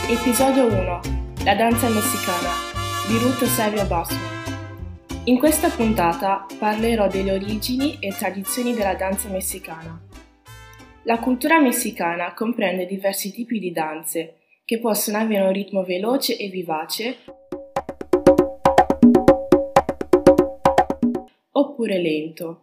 Episodio 1. La danza messicana di Ruth Savio Basso. In questa puntata parlerò delle origini e tradizioni della danza messicana. La cultura messicana comprende diversi tipi di danze che possono avere un ritmo veloce e vivace oppure lento,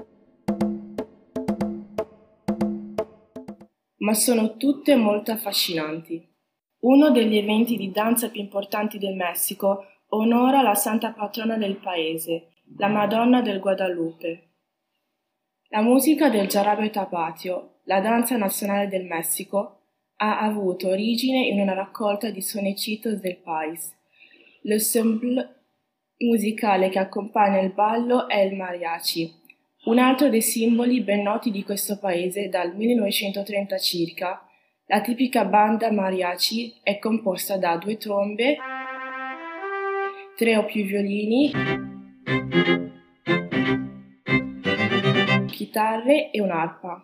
ma sono tutte molto affascinanti. Uno degli eventi di danza più importanti del Messico onora la santa patrona del paese, la Madonna del Guadalupe. La musica del jarabe tapatio, la danza nazionale del Messico, ha avuto origine in una raccolta di sonecitos del país. L'ensemble musicale che accompagna il ballo è il mariachi, un altro dei simboli ben noti di questo paese dal 1930 circa. La tipica banda mariachi è composta da 2 trombe, 3 o più violini, chitarre e un'arpa.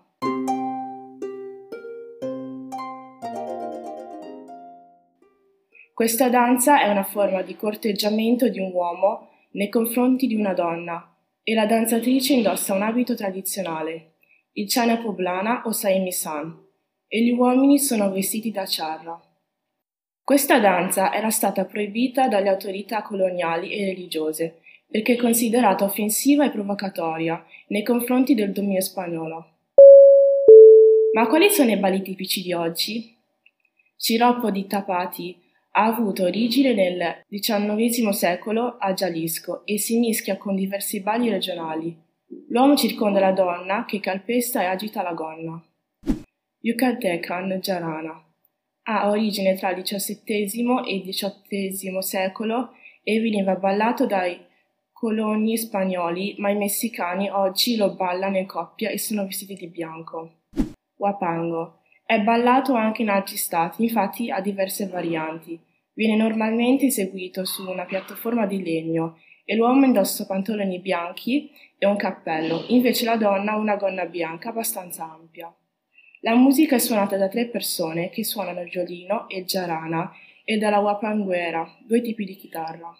Questa danza è una forma di corteggiamento di un uomo nei confronti di una donna e la danzatrice indossa un abito tradizionale, il chana poblana o saimisan, e gli uomini sono vestiti da charra. Questa danza era stata proibita dalle autorità coloniali e religiose perché considerata offensiva e provocatoria nei confronti del dominio spagnolo. Ma quali sono i balli tipici di oggi? Siroppo di Tapati ha avuto origine nel XIX secolo a Jalisco e si mischia con diversi balli regionali. L'uomo circonda la donna che calpesta e agita la gonna. Yucatecan Jarana ha origine tra il XVII e il XVIII secolo e veniva ballato dai coloni spagnoli, ma i messicani oggi lo ballano in coppia e sono vestiti di bianco. Huapango è ballato anche in altri stati, infatti ha diverse varianti. Viene normalmente eseguito su una piattaforma di legno e l'uomo indossa pantaloni bianchi e un cappello, invece la donna ha una gonna bianca abbastanza ampia. La musica è suonata da 3 persone che suonano il violino e il jarana e dalla huapanguera, 2 tipi di chitarra.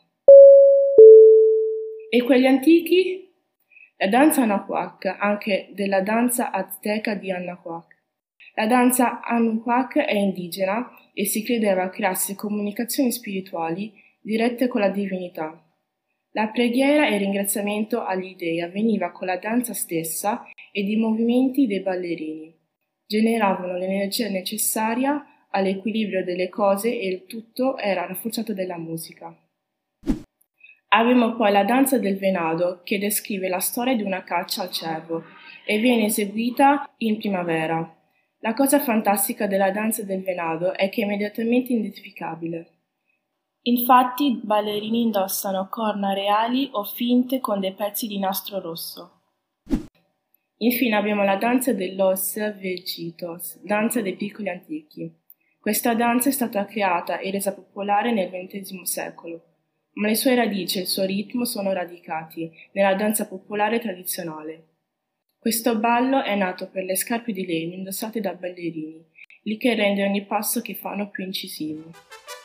E quelli antichi? La danza Anahuac, anche della danza azteca di Anahuac. La danza Anahuac è indigena e si credeva creasse comunicazioni spirituali dirette con la divinità. La preghiera e il ringraziamento agli dei avveniva con la danza stessa ed i movimenti dei ballerini. Generavano l'energia necessaria all'equilibrio delle cose e il tutto era rafforzato dalla musica. Abbiamo poi la danza del venado, che descrive la storia di una caccia al cervo e viene eseguita in primavera. La cosa fantastica della danza del venado è che è immediatamente identificabile. Infatti i ballerini indossano corna reali o finte con dei pezzi di nastro rosso. Infine abbiamo la danza de los viejitos, danza dei piccoli antichi. Questa danza è stata creata e resa popolare nel XX secolo, ma le sue radici e il suo ritmo sono radicati nella danza popolare tradizionale. Questo ballo è nato per le scarpe di legno indossate da ballerini, il che rende ogni passo che fanno più incisivo.